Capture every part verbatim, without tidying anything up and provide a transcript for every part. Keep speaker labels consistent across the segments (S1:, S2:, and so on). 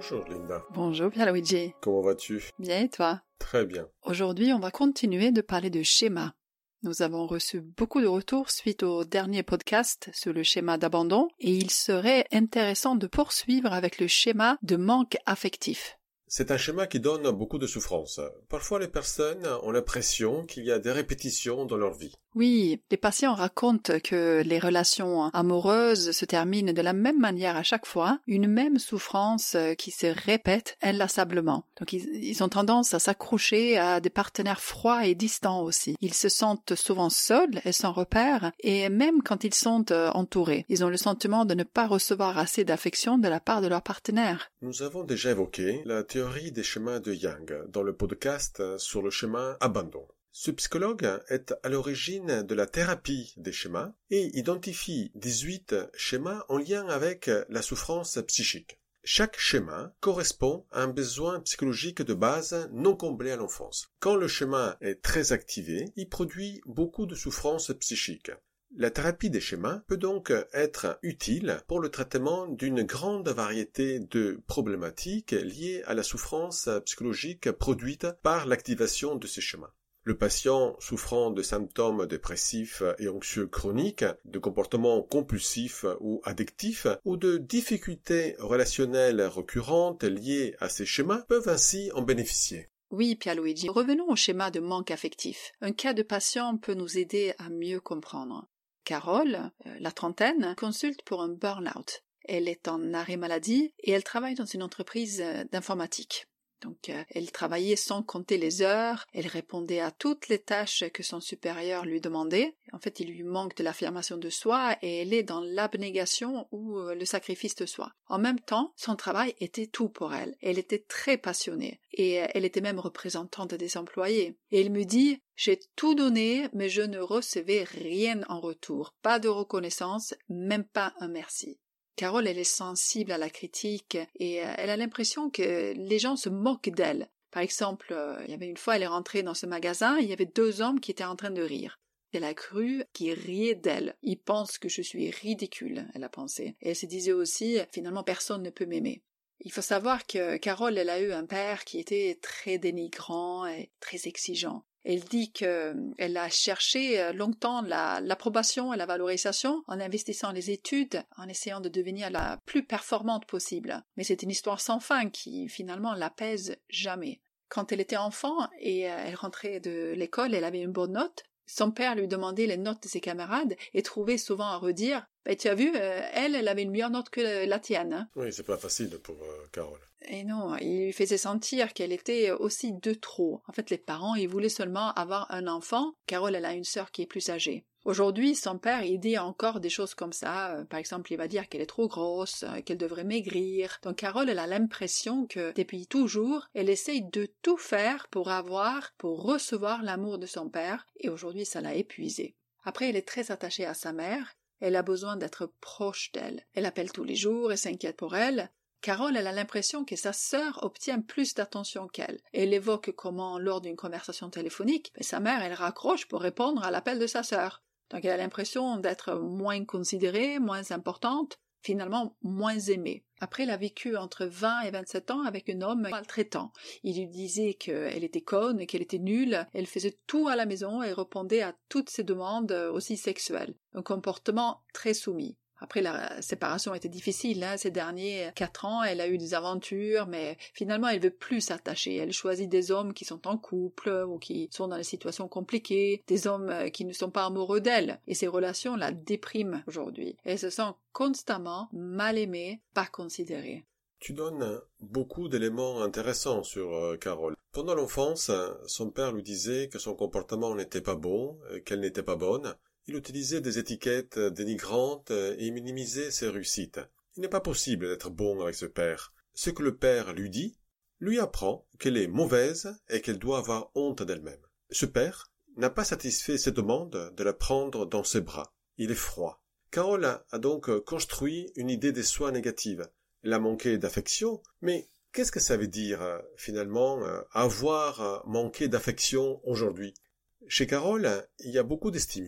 S1: Bonjour Linda.
S2: Bonjour Pierluigi.
S1: Comment vas-tu?
S2: Bien et toi?
S1: Très bien.
S2: Aujourd'hui, on va continuer de parler de schéma. Nous avons reçu beaucoup de retours suite au dernier podcast sur le schéma d'abandon et il serait intéressant de poursuivre avec le schéma de manque affectif.
S1: C'est un schéma qui donne beaucoup de souffrance. Parfois, les personnes ont l'impression qu'il y a des répétitions dans leur vie.
S2: Oui, les patients racontent que les relations amoureuses se terminent de la même manière à chaque fois, une même souffrance qui se répète inlassablement. Donc ils, ils ont tendance à s'accrocher à des partenaires froids et distants aussi. Ils se sentent souvent seuls et sans repère, et même quand ils sont entourés, ils ont le sentiment de ne pas recevoir assez d'affection de la part de leur partenaire.
S1: Nous avons déjà évoqué la théorie des schémas de Jung dans le podcast sur le schéma abandon. Ce psychologue est à l'origine de la thérapie des schémas et identifie dix-huit schémas en lien avec la souffrance psychique. Chaque schéma correspond à un besoin psychologique de base non comblé à l'enfance. Quand le schéma est très activé, il produit beaucoup de souffrance psychique. La thérapie des schémas peut donc être utile pour le traitement d'une grande variété de problématiques liées à la souffrance psychologique produite par l'activation de ces schémas. Le patient souffrant de symptômes dépressifs et anxieux chroniques, de comportements compulsifs ou addictifs, ou de difficultés relationnelles récurrentes liées à ces schémas peuvent ainsi en bénéficier.
S2: Oui, Pierluigi. Revenons au schéma de manque affectif. Un cas de patient peut nous aider à mieux comprendre. Carole, la trentaine, consulte pour un burn-out. Elle est en arrêt maladie et elle travaille dans une entreprise d'informatique. Donc, euh, elle travaillait sans compter les heures, elle répondait à toutes les tâches que son supérieur lui demandait. En fait, il lui manque de l'affirmation de soi et elle est dans l'abnégation ou euh, le sacrifice de soi. En même temps, son travail était tout pour elle. Elle était très passionnée et euh, elle était même représentante des employés. Et elle me dit « J'ai tout donné, mais je ne recevais rien en retour. Pas de reconnaissance, même pas un merci. » Carole, elle est sensible à la critique et elle a l'impression que les gens se moquent d'elle. Par exemple, il y avait une fois, elle est rentrée dans ce magasin, il y avait deux hommes qui étaient en train de rire. Elle a cru qu'ils riaient d'elle. Ils pensent que je suis ridicule, elle a pensé. Et elle se disait aussi, finalement, personne ne peut m'aimer. Il faut savoir que Carole, elle a eu un père qui était très dénigrant et très exigeant. Elle dit qu'elle a cherché longtemps la, l'approbation et la valorisation en investissant les études, en essayant de devenir la plus performante possible. Mais c'est une histoire sans fin qui, finalement, l'apaise jamais. Quand elle était enfant et elle rentrait de l'école, elle avait une bonne note. Son père lui demandait les notes de ses camarades et trouvait souvent à redire bah, « Tu as vu, euh, elle, elle avait une meilleure note que la tienne. Hein. »
S1: Oui, c'est pas facile pour euh, Carole.
S2: Et non, il lui faisait sentir qu'elle était aussi de trop. En fait, les parents, ils voulaient seulement avoir un enfant. Carole, elle a une sœur qui est plus âgée. Aujourd'hui, son père, il dit encore des choses comme ça. Par exemple, il va dire qu'elle est trop grosse, qu'elle devrait maigrir. Donc Carole, elle a l'impression que, depuis toujours, elle essaye de tout faire pour avoir, pour recevoir l'amour de son père. Et aujourd'hui, ça l'a épuisée. Après, elle est très attachée à sa mère. Elle a besoin d'être proche d'elle. Elle appelle tous les jours et s'inquiète pour elle. Carole, elle a l'impression que sa sœur obtient plus d'attention qu'elle. Elle évoque comment, lors d'une conversation téléphonique, sa mère, elle raccroche pour répondre à l'appel de sa sœur. Donc elle a l'impression d'être moins considérée, moins importante, finalement moins aimée. Après, elle a vécu entre vingt et vingt-sept ans avec un homme maltraitant. Il lui disait qu'elle était conne, qu'elle était nulle, elle faisait tout à la maison et répondait à toutes ses demandes aussi sexuelles. Un comportement très soumis. Après, la séparation était difficile, hein. Ces derniers quatre ans, elle a eu des aventures, mais finalement, elle veut plus s'attacher. Elle choisit des hommes qui sont en couple ou qui sont dans des situations compliquées, des hommes qui ne sont pas amoureux d'elle. Et ces relations la dépriment aujourd'hui. Elle se sent constamment mal aimée, pas considérée.
S1: Tu donnes beaucoup d'éléments intéressants sur euh, Carole. Pendant l'enfance, son père lui disait que son comportement n'était pas bon, qu'elle n'était pas bonne. Il utilisait des étiquettes dénigrantes et minimisait ses réussites. Il n'est pas possible d'être bon avec ce père. Ce que le père lui dit, lui apprend qu'elle est mauvaise et qu'elle doit avoir honte d'elle-même. Ce père n'a pas satisfait ses demandes de la prendre dans ses bras. Il est froid. Carole a donc construit une idée de soi négative. Elle a manqué d'affection, mais qu'est-ce que ça veut dire, finalement, avoir manqué d'affection aujourd'hui ? Chez Carole, il y a beaucoup de stimuli,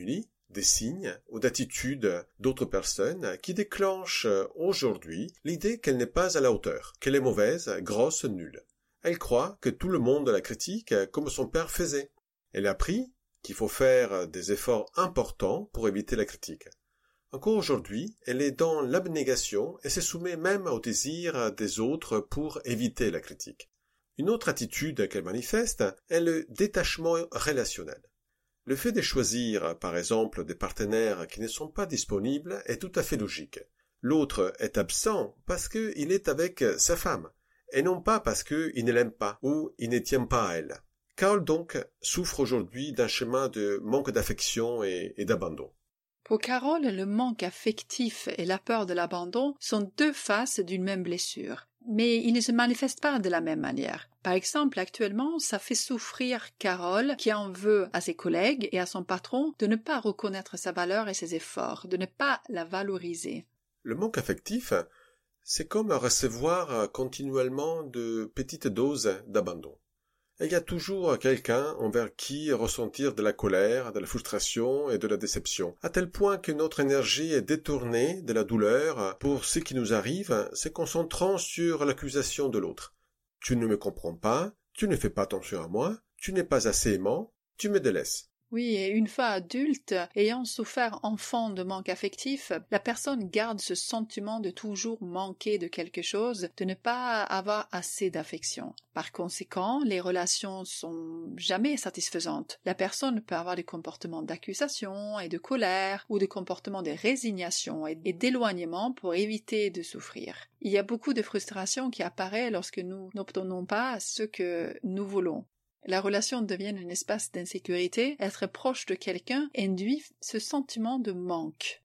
S1: des signes ou d'attitudes d'autres personnes qui déclenchent aujourd'hui l'idée qu'elle n'est pas à la hauteur, qu'elle est mauvaise, grosse, nulle. Elle croit que tout le monde la critique comme son père faisait. Elle a appris qu'il faut faire des efforts importants pour éviter la critique. Encore aujourd'hui, elle est dans l'abnégation et se soumet même au désir des autres pour éviter la critique. Une autre attitude qu'elle manifeste est le détachement relationnel. Le fait de choisir, par exemple, des partenaires qui ne sont pas disponibles est tout à fait logique. L'autre est absent parce qu'il est avec sa femme, et non pas parce qu'il ne l'aime pas ou il ne tient pas à elle. Carole donc souffre aujourd'hui d'un chemin de manque d'affection et, et d'abandon.
S2: Pour Carole, le manque affectif et la peur de l'abandon sont deux faces d'une même blessure, mais ils ne se manifestent pas de la même manière. Par exemple, actuellement, ça fait souffrir Carole qui en veut à ses collègues et à son patron de ne pas reconnaître sa valeur et ses efforts, de ne pas la valoriser.
S1: Le manque affectif, c'est comme recevoir continuellement de petites doses d'abandon. Il y a toujours quelqu'un envers qui ressentir de la colère, de la frustration et de la déception, à tel point que notre énergie est détournée de la douleur pour ce qui nous arrive, se concentrant sur l'accusation de l'autre. Tu ne me comprends pas, tu ne fais pas attention à moi, tu n'es pas assez aimant, tu me délaisses.
S2: Oui, et une fois adulte, ayant souffert enfant de manque affectif, la personne garde ce sentiment de toujours manquer de quelque chose, de ne pas avoir assez d'affection. Par conséquent, les relations sont jamais satisfaisantes. La personne peut avoir des comportements d'accusation et de colère, ou des comportements de résignation et d'éloignement pour éviter de souffrir. Il y a beaucoup de frustration qui apparaît lorsque nous n'obtenons pas ce que nous voulons. La relation devient un espace d'insécurité. Être proche de quelqu'un induit ce sentiment de manque.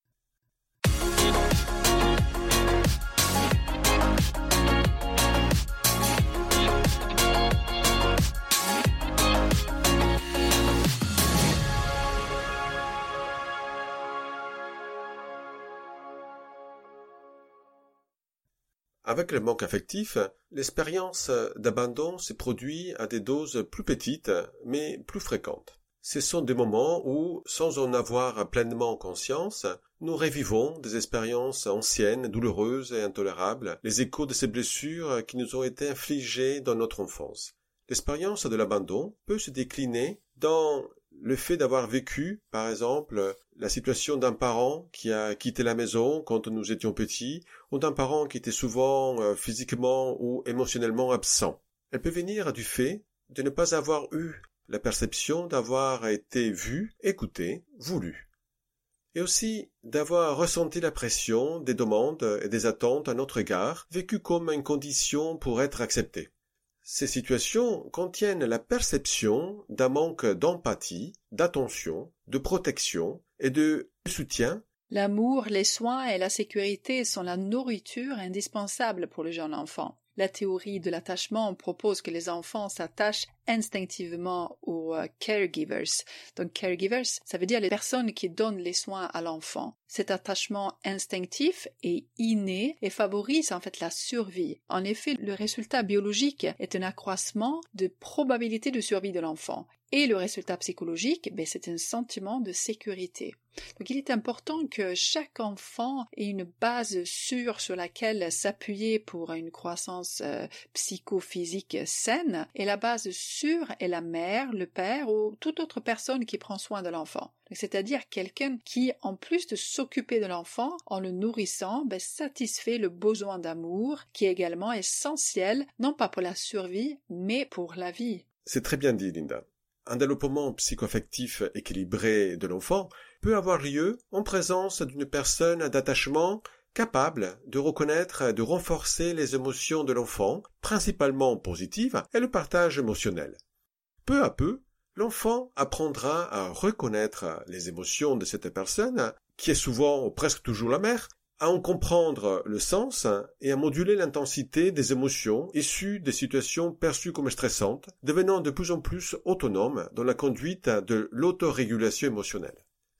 S1: Avec le manque affectif, l'expérience d'abandon se produit à des doses plus petites, mais plus fréquentes. Ce sont des moments où, sans en avoir pleinement conscience, nous revivons des expériences anciennes, douloureuses et intolérables, les échos de ces blessures qui nous ont été infligées dans notre enfance. L'expérience de l'abandon peut se décliner dans le fait d'avoir vécu, par exemple, la situation d'un parent qui a quitté la maison quand nous étions petits, ou d'un parent qui était souvent euh, physiquement ou émotionnellement absent. Elle peut venir du fait de ne pas avoir eu la perception d'avoir été vu, écouté, voulu. Et aussi d'avoir ressenti la pression des demandes et des attentes à notre égard, vécues comme une condition pour être acceptées. Ces situations contiennent la perception d'un manque d'empathie, d'attention, de protection et de soutien.
S2: L'amour, les soins et la sécurité sont la nourriture indispensable pour le jeune enfant. La théorie de l'attachement propose que les enfants s'attachent instinctivement aux uh, caregivers. Donc caregivers, ça veut dire les personnes qui donnent les soins à l'enfant. Cet attachement instinctif est inné et favorise en fait la survie. En effet, le résultat biologique est un accroissement de probabilité de survie de l'enfant. Et le résultat psychologique, ben, c'est un sentiment de sécurité. Donc il est important que chaque enfant ait une base sûre sur laquelle s'appuyer pour une croissance euh, psychophysique saine, et la base sûre est la mère, le père ou toute autre personne qui prend soin de l'enfant. C'est-à-dire quelqu'un qui, en plus de s'occuper de l'enfant, en le nourrissant, ben, satisfait le besoin d'amour qui est également essentiel, non pas pour la survie, mais pour la vie.
S1: C'est très bien dit, Linda. Un développement psychoaffectif équilibré de l'enfant peut avoir lieu en présence d'une personne d'attachement capable de reconnaître et de renforcer les émotions de l'enfant, principalement positives, et le partage émotionnel. Peu à peu, l'enfant apprendra à reconnaître les émotions de cette personne, qui est souvent ou presque toujours la mère, à en comprendre le sens et à moduler l'intensité des émotions issues des situations perçues comme stressantes, devenant de plus en plus autonome dans la conduite de l'autorégulation émotionnelle.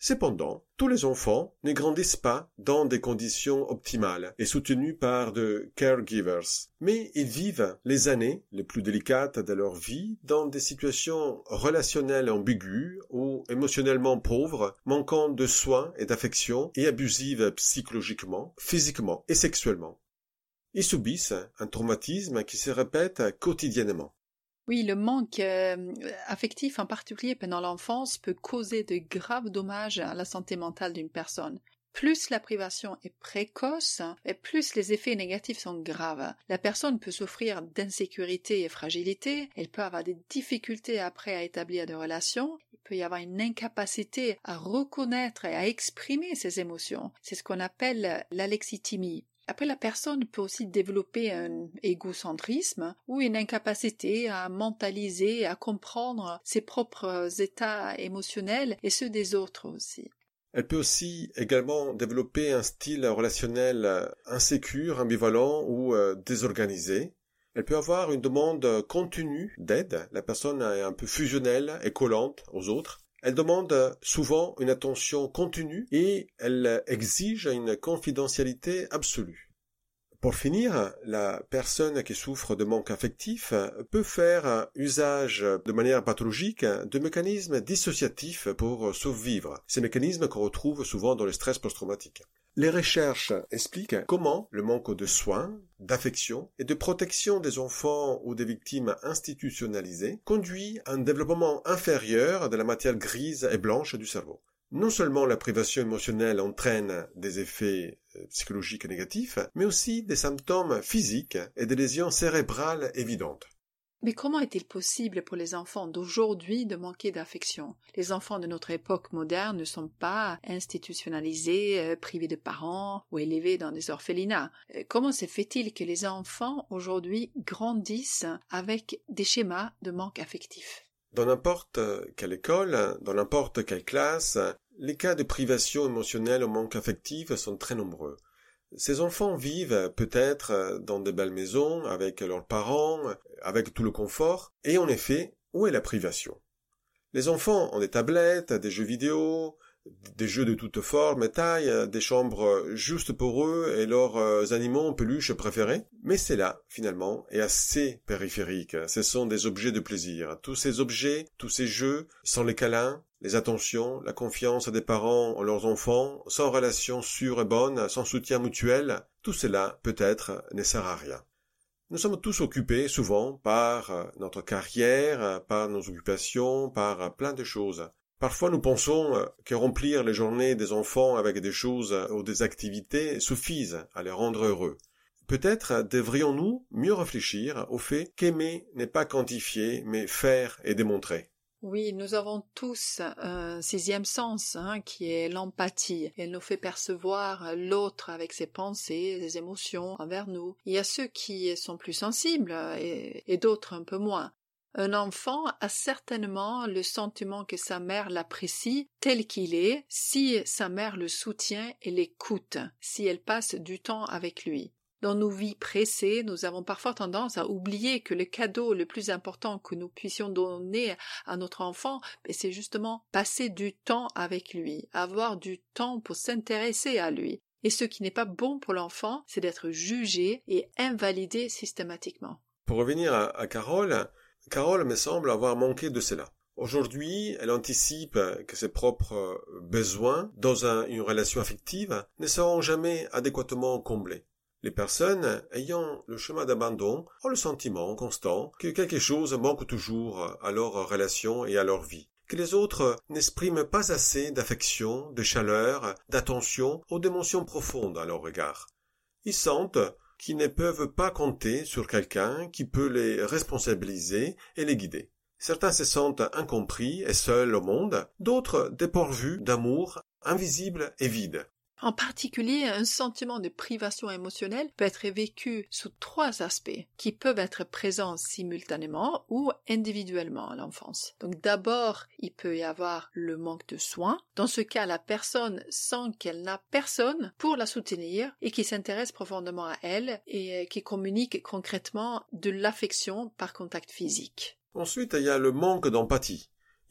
S1: Cependant, tous les enfants ne grandissent pas dans des conditions optimales et soutenus par de caregivers, mais ils vivent les années les plus délicates de leur vie dans des situations relationnelles ambiguës ou émotionnellement pauvres, manquant de soins et d'affection et abusives psychologiquement, physiquement et sexuellement. Ils subissent un traumatisme qui se répète quotidiennement.
S2: Oui, le manque euh, affectif en particulier pendant l'enfance peut causer de graves dommages à la santé mentale d'une personne. Plus la privation est précoce, et plus les effets négatifs sont graves. La personne peut souffrir d'insécurité et fragilité, elle peut avoir des difficultés après à établir des relations, il peut y avoir une incapacité à reconnaître et à exprimer ses émotions. C'est ce qu'on appelle l'alexithymie. Après, la personne peut aussi développer un égocentrisme ou une incapacité à mentaliser, à comprendre ses propres états émotionnels et ceux des autres aussi.
S1: Elle peut aussi également développer un style relationnel insécure, ambivalent ou euh, désorganisé. Elle peut avoir une demande continue d'aide. La personne est un peu fusionnelle et collante aux autres. Elle demande souvent une attention continue et elle exige une confidentialité absolue. Pour finir, la personne qui souffre de manque affectif peut faire usage de manière pathologique de mécanismes dissociatifs pour survivre. Ces mécanismes qu'on retrouve souvent dans le stress post-traumatique. Les recherches expliquent comment le manque de soins, d'affection et de protection des enfants ou des victimes institutionnalisées conduit à un développement inférieur de la matière grise et blanche du cerveau. Non seulement la privation émotionnelle entraîne des effets psychologiques négatifs, mais aussi des symptômes physiques et des lésions cérébrales évidentes.
S2: Mais comment est-il possible pour les enfants d'aujourd'hui de manquer d'affection? Les enfants de notre époque moderne ne sont pas institutionnalisés, euh, privés de parents ou élevés dans des orphelinats. Euh, comment se fait-il que les enfants aujourd'hui grandissent avec des schémas de manque affectif?
S1: Dans n'importe quelle école, dans n'importe quelle classe, les cas de privation émotionnelle ou manque affectif sont très nombreux. Ces enfants vivent peut-être dans de belles maisons, avec leurs parents, avec tout le confort, et en effet, où est la privation? Les enfants ont des tablettes, des jeux vidéo, des jeux de toutes formes et tailles, des chambres juste pour eux et leurs animaux en peluche préférés. Mais c'est là, finalement, et assez périphérique. Ce sont des objets de plaisir. Tous ces objets, tous ces jeux, sans les câlins, les attentions, la confiance des parents en leurs enfants, sans relation sûre et bonne, sans soutien mutuel, tout cela, peut-être, ne sert à rien. Nous sommes tous occupés, souvent, par notre carrière, par nos occupations, par plein de choses. Parfois, nous pensons que remplir les journées des enfants avec des choses ou des activités suffisent à les rendre heureux. Peut-être devrions-nous mieux réfléchir au fait qu'aimer n'est pas quantifier, mais faire et démontrer.
S2: Oui, nous avons tous un sixième sens, hein, qui est l'empathie. Elle nous fait percevoir l'autre avec ses pensées, ses émotions envers nous. Il y a ceux qui sont plus sensibles et, et d'autres un peu moins. Un enfant a certainement le sentiment que sa mère l'apprécie tel qu'il est si sa mère le soutient et l'écoute, si elle passe du temps avec lui. Dans nos vies pressées, nous avons parfois tendance à oublier que le cadeau le plus important que nous puissions donner à notre enfant, c'est justement passer du temps avec lui, avoir du temps pour s'intéresser à lui. Et ce qui n'est pas bon pour l'enfant, c'est d'être jugé et invalidé systématiquement.
S1: Pour revenir à, à Carole, Carole me semble avoir manqué de cela. Aujourd'hui, elle anticipe que ses propres besoins dans un, une relation affective ne seront jamais adéquatement comblés. Les personnes ayant le chemin d'abandon ont le sentiment constant que quelque chose manque toujours à leur relation et à leur vie, que les autres n'expriment pas assez d'affection, de chaleur, d'attention ou d'émotions profondes à leur regard. Ils sentent qu'ils ne peuvent pas compter sur quelqu'un qui peut les responsabiliser et les guider. Certains se sentent incompris et seuls au monde, d'autres dépourvus d'amour, invisibles et vides.
S2: En particulier, un sentiment de privation émotionnelle peut être vécu sous trois aspects qui peuvent être présents simultanément ou individuellement à l'enfance. Donc d'abord, il peut y avoir le manque de soins. Dans ce cas, la personne sent qu'elle n'a personne pour la soutenir et qui s'intéresse profondément à elle et qui communique concrètement de l'affection par contact physique.
S1: Ensuite, il y a le manque d'empathie.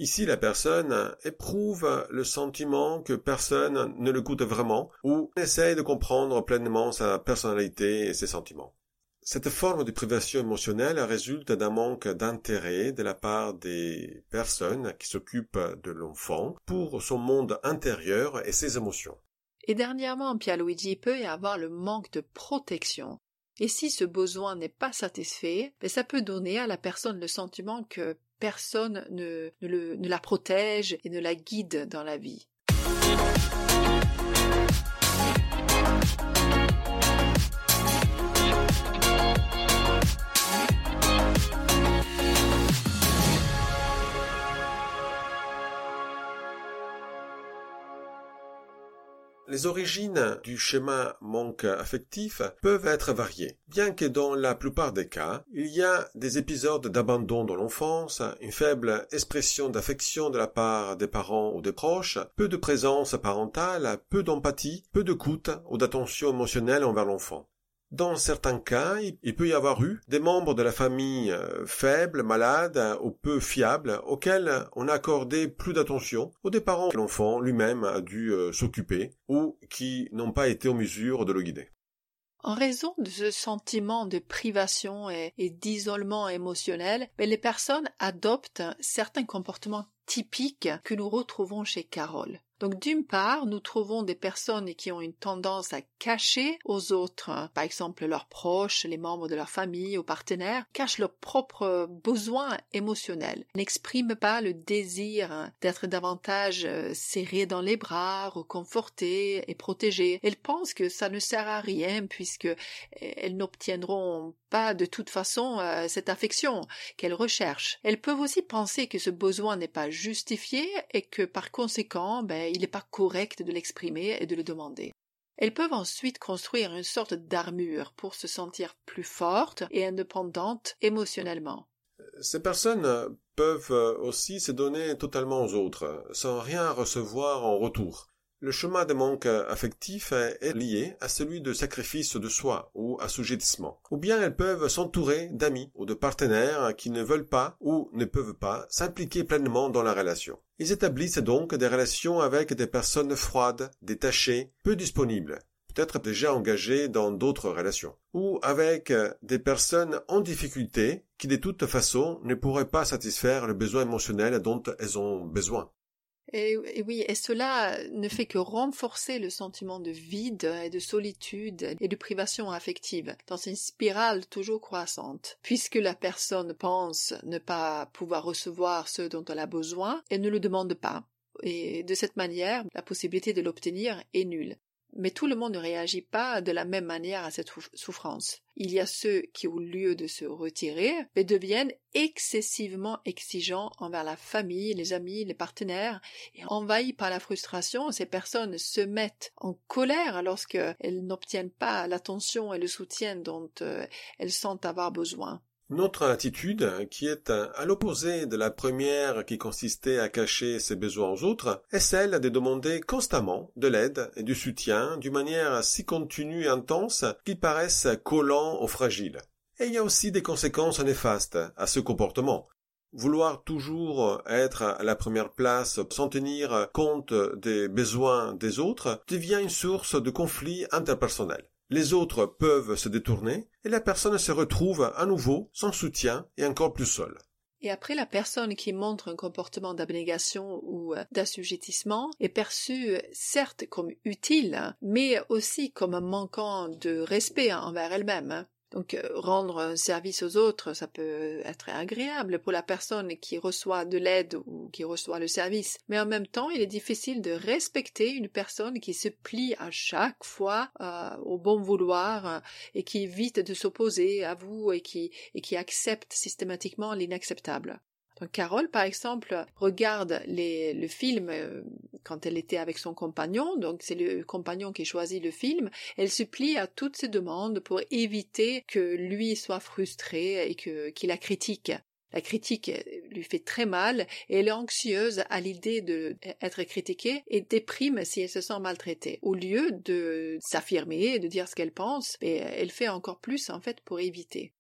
S1: Ici, la personne éprouve le sentiment que personne ne l'écoute vraiment ou essaie de comprendre pleinement sa personnalité et ses sentiments. Cette forme de privation émotionnelle résulte d'un manque d'intérêt de la part des personnes qui s'occupent de l'enfant pour son monde intérieur et ses émotions.
S2: Et dernièrement, Pierluigi, peut y avoir le manque de protection. Et si ce besoin n'est pas satisfait, ben ça peut donner à la personne le sentiment que personne ne, ne, le, ne la protège et ne la guide dans la vie.
S1: Les origines du schéma manque affectif peuvent être variées, bien que dans la plupart des cas, il y a des épisodes d'abandon dans l'enfance, une faible expression d'affection de la part des parents ou des proches, peu de présence parentale, peu d'empathie, peu d'écoute ou d'attention émotionnelle envers l'enfant. Dans certains cas, il peut y avoir eu des membres de la famille faibles, malades ou peu fiables auxquels on a accordé plus d'attention ou des parents que l'enfant lui-même a dû s'occuper ou qui n'ont pas été en mesure de le guider.
S2: En raison de ce sentiment de privation et, et d'isolement émotionnel, les personnes adoptent certains comportements typiques que nous retrouvons chez Carole. Donc d'une part, nous trouvons des personnes qui ont une tendance à cacher aux autres, par exemple leurs proches, les membres de leur famille ou partenaires, cachent leurs propres besoins émotionnels, n'expriment pas le désir d'être davantage serrés dans les bras, reconfortés et protégés. Elles pensent que ça ne sert à rien puisque elles n'obtiendront pas de toute façon euh, cette affection qu'elles recherchent. Elles peuvent aussi penser que ce besoin n'est pas justifié et que par conséquent, ben, il n'est pas correct de l'exprimer et de le demander. Elles peuvent ensuite construire une sorte d'armure pour se sentir plus fortes et indépendantes émotionnellement.
S1: Ces personnes peuvent aussi se donner totalement aux autres, sans rien recevoir en retour. Le schéma de manque affectif est lié à celui de sacrifice de soi ou assujettissement. Ou bien elles peuvent s'entourer d'amis ou de partenaires qui ne veulent pas ou ne peuvent pas s'impliquer pleinement dans la relation. Ils établissent donc des relations avec des personnes froides, détachées, peu disponibles, peut-être déjà engagées dans d'autres relations, ou avec des personnes en difficulté qui de toute façon ne pourraient pas satisfaire le besoin émotionnel dont elles ont besoin.
S2: Et, et oui, et cela ne fait que renforcer le sentiment de vide et de solitude et de privation affective dans une spirale toujours croissante. Puisque la personne pense ne pas pouvoir recevoir ce dont elle a besoin, elle ne le demande pas. Et de cette manière, la possibilité de l'obtenir est nulle. Mais tout le monde ne réagit pas de la même manière à cette souffrance. Il y a ceux qui, au lieu de se retirer, deviennent excessivement exigeants envers la famille, les amis, les partenaires, et envahis par la frustration, ces personnes se mettent en colère lorsqu'elles n'obtiennent pas l'attention et le soutien dont elles sentent avoir besoin.
S1: Notre attitude, qui est à l'opposé de la première qui consistait à cacher ses besoins aux autres, est celle de demander constamment de l'aide et du soutien d'une manière si continue et intense qu'ils paraissent collants aux fragiles. Et il y a aussi des conséquences néfastes à ce comportement. Vouloir toujours être à la première place sans tenir compte des besoins des autres devient une source de conflits interpersonnels. Les autres peuvent se détourner et la personne se retrouve à nouveau sans soutien et encore plus seule.
S2: Et après, la personne qui montre un comportement d'abnégation ou d'assujettissement est perçue certes comme utile, mais aussi comme manquant de respect envers elle-même. Donc, rendre un service aux autres, ça peut être agréable pour la personne qui reçoit de l'aide ou qui reçoit le service. Mais en même temps, il est difficile de respecter une personne qui se plie à chaque fois euh, au bon vouloir euh, et qui évite de s'opposer à vous et qui, et qui accepte systématiquement l'inacceptable. Donc Carole, par exemple, regarde les, le film euh, quand elle était avec son compagnon, donc c'est le compagnon qui choisit le film, elle se plie à toutes ses demandes pour éviter que lui soit frustré et que, qu'il la critique. La critique lui fait très mal et elle est anxieuse à l'idée d'être critiquée et déprime si elle se sent maltraitée. Au lieu de s'affirmer, de dire ce qu'elle pense, elle fait encore plus en fait pour éviter.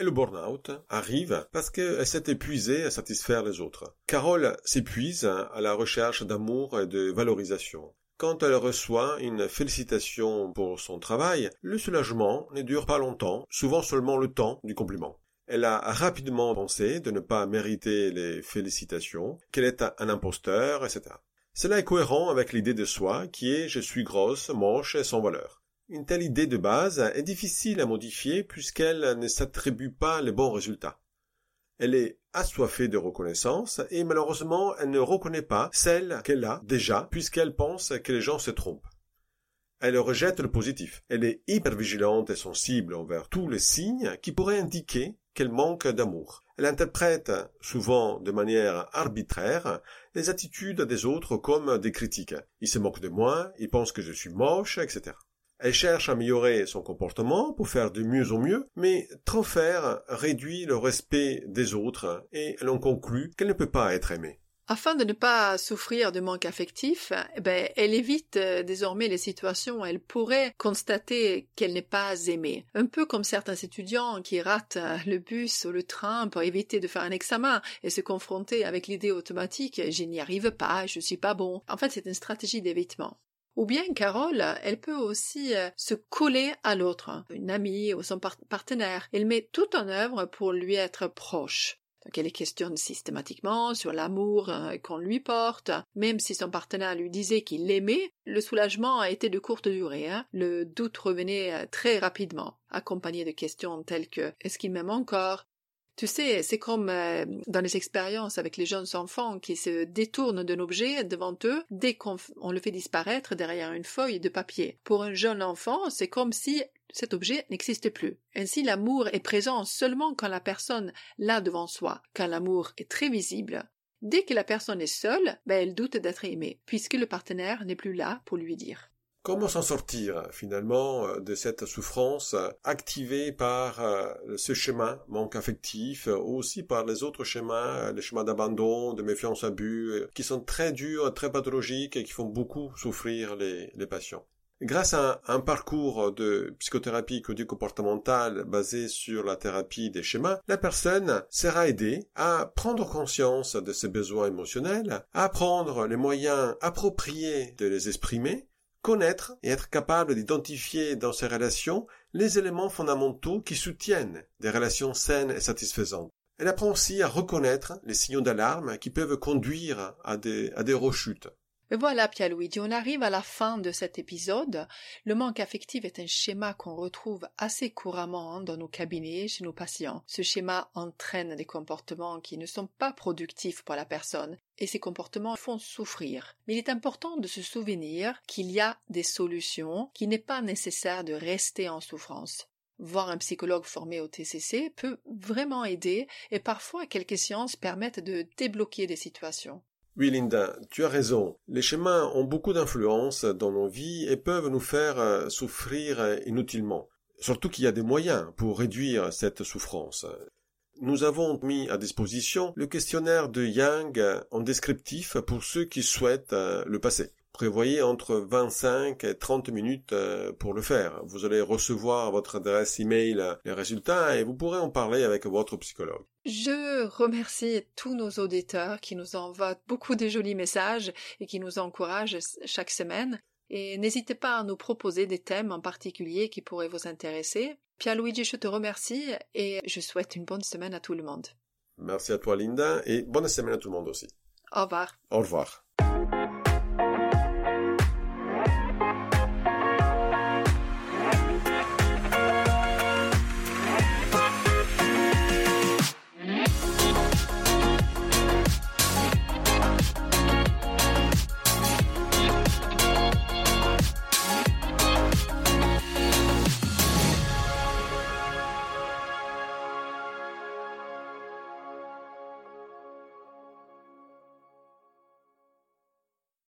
S1: Et le burn-out arrive parce qu'elle s'est épuisée à satisfaire les autres. Carole s'épuise à la recherche d'amour et de valorisation. Quand elle reçoit une félicitation pour son travail, le soulagement ne dure pas longtemps, souvent seulement le temps du compliment. Elle a rapidement pensé de ne pas mériter les félicitations, qu'elle est un imposteur, et cetera. Cela est cohérent avec l'idée de soi qui est « je suis grosse, moche et sans valeur ». Une telle idée de base est difficile à modifier puisqu'elle ne s'attribue pas les bons résultats. Elle est assoiffée de reconnaissance et malheureusement elle ne reconnaît pas celle qu'elle a déjà puisqu'elle pense que les gens se trompent. Elle rejette le positif. Elle est hyper vigilante et sensible envers tous les signes qui pourraient indiquer qu'elle manque d'amour. Elle interprète souvent de manière arbitraire les attitudes des autres comme des critiques. Ils se moquent de moi, ils pensent que je suis moche, et cetera. Elle cherche à améliorer son comportement pour faire de mieux en mieux, mais trop faire réduit le respect des autres et elle en conclut qu'elle ne peut pas être aimée.
S2: Afin de ne pas souffrir de manque affectif, eh ben, elle évite euh, désormais les situations où elle pourrait constater qu'elle n'est pas aimée. Un peu comme certains étudiants qui ratent euh, le bus ou le train pour éviter de faire un examen et se confronter avec l'idée automatique « je n'y arrive pas, je suis pas bon ». En fait, c'est une stratégie d'évitement. Ou bien Carole, elle peut aussi euh, se coller à l'autre, une amie ou son par- partenaire. Elle met tout en œuvre pour lui être proche. Donc elle les questionne systématiquement sur l'amour euh, qu'on lui porte. Même si son partenaire lui disait qu'il l'aimait, le soulagement a été de courte durée. Hein. Le doute revenait euh, très rapidement, accompagné de questions telles que « est-ce qu'il m'aime encore ?» Tu sais, c'est comme euh, dans les expériences avec les jeunes enfants qui se détournent d'un objet devant eux dès qu'on f- on le fait disparaître derrière une feuille de papier. Pour un jeune enfant, c'est comme si cet objet n'existe plus. Ainsi, l'amour est présent seulement quand la personne l'a devant soi, quand l'amour est très visible. Dès que la personne est seule, ben, elle doute d'être aimée, puisque le partenaire n'est plus là pour lui dire.
S1: Comment s'en sortir finalement de cette souffrance activée par ce schéma manque affectif, ou aussi par les autres schémas, les schémas d'abandon, de méfiance abus, qui sont très durs, très pathologiques et qui font beaucoup souffrir les, les patients. Grâce à un, un parcours de psychothérapie cognitivo-comportementale basé sur la thérapie des schémas, la personne sera aidée à prendre conscience de ses besoins émotionnels, à apprendre les moyens appropriés de les exprimer, connaître et être capable d'identifier dans ses relations les éléments fondamentaux qui soutiennent des relations saines et satisfaisantes. Elle apprend aussi à reconnaître les signaux d'alarme qui peuvent conduire à des, à des rechutes.
S2: Et voilà, Pierluigi, on arrive à la fin de cet épisode. Le manque affectif est un schéma qu'on retrouve assez couramment dans nos cabinets, chez nos patients. Ce schéma entraîne des comportements qui ne sont pas productifs pour la personne, et ces comportements font souffrir. Mais il est important de se souvenir qu'il y a des solutions, qu'il n'est pas nécessaire de rester en souffrance. Voir un psychologue formé au T C C peut vraiment aider, et parfois quelques séances permettent de débloquer des situations.
S1: Oui, Linda, tu as raison. Les schémas ont beaucoup d'influence dans nos vies et peuvent nous faire souffrir inutilement. Surtout qu'il y a des moyens pour réduire cette souffrance. Nous avons mis à disposition le questionnaire de Young en descriptif pour ceux qui souhaitent le passer. Prévoyez entre vingt-cinq et trente minutes pour le faire. Vous allez recevoir à votre adresse email les résultats et vous pourrez en parler avec votre psychologue.
S2: Je remercie tous nos auditeurs qui nous envoient beaucoup de jolis messages et qui nous encouragent chaque semaine. Et n'hésitez pas à nous proposer des thèmes en particulier qui pourraient vous intéresser. Pierluigi, je te remercie et je souhaite une bonne semaine à tout le monde.
S1: Merci à toi, Linda, et bonne semaine à tout le monde aussi.
S2: Au revoir.
S1: Au revoir.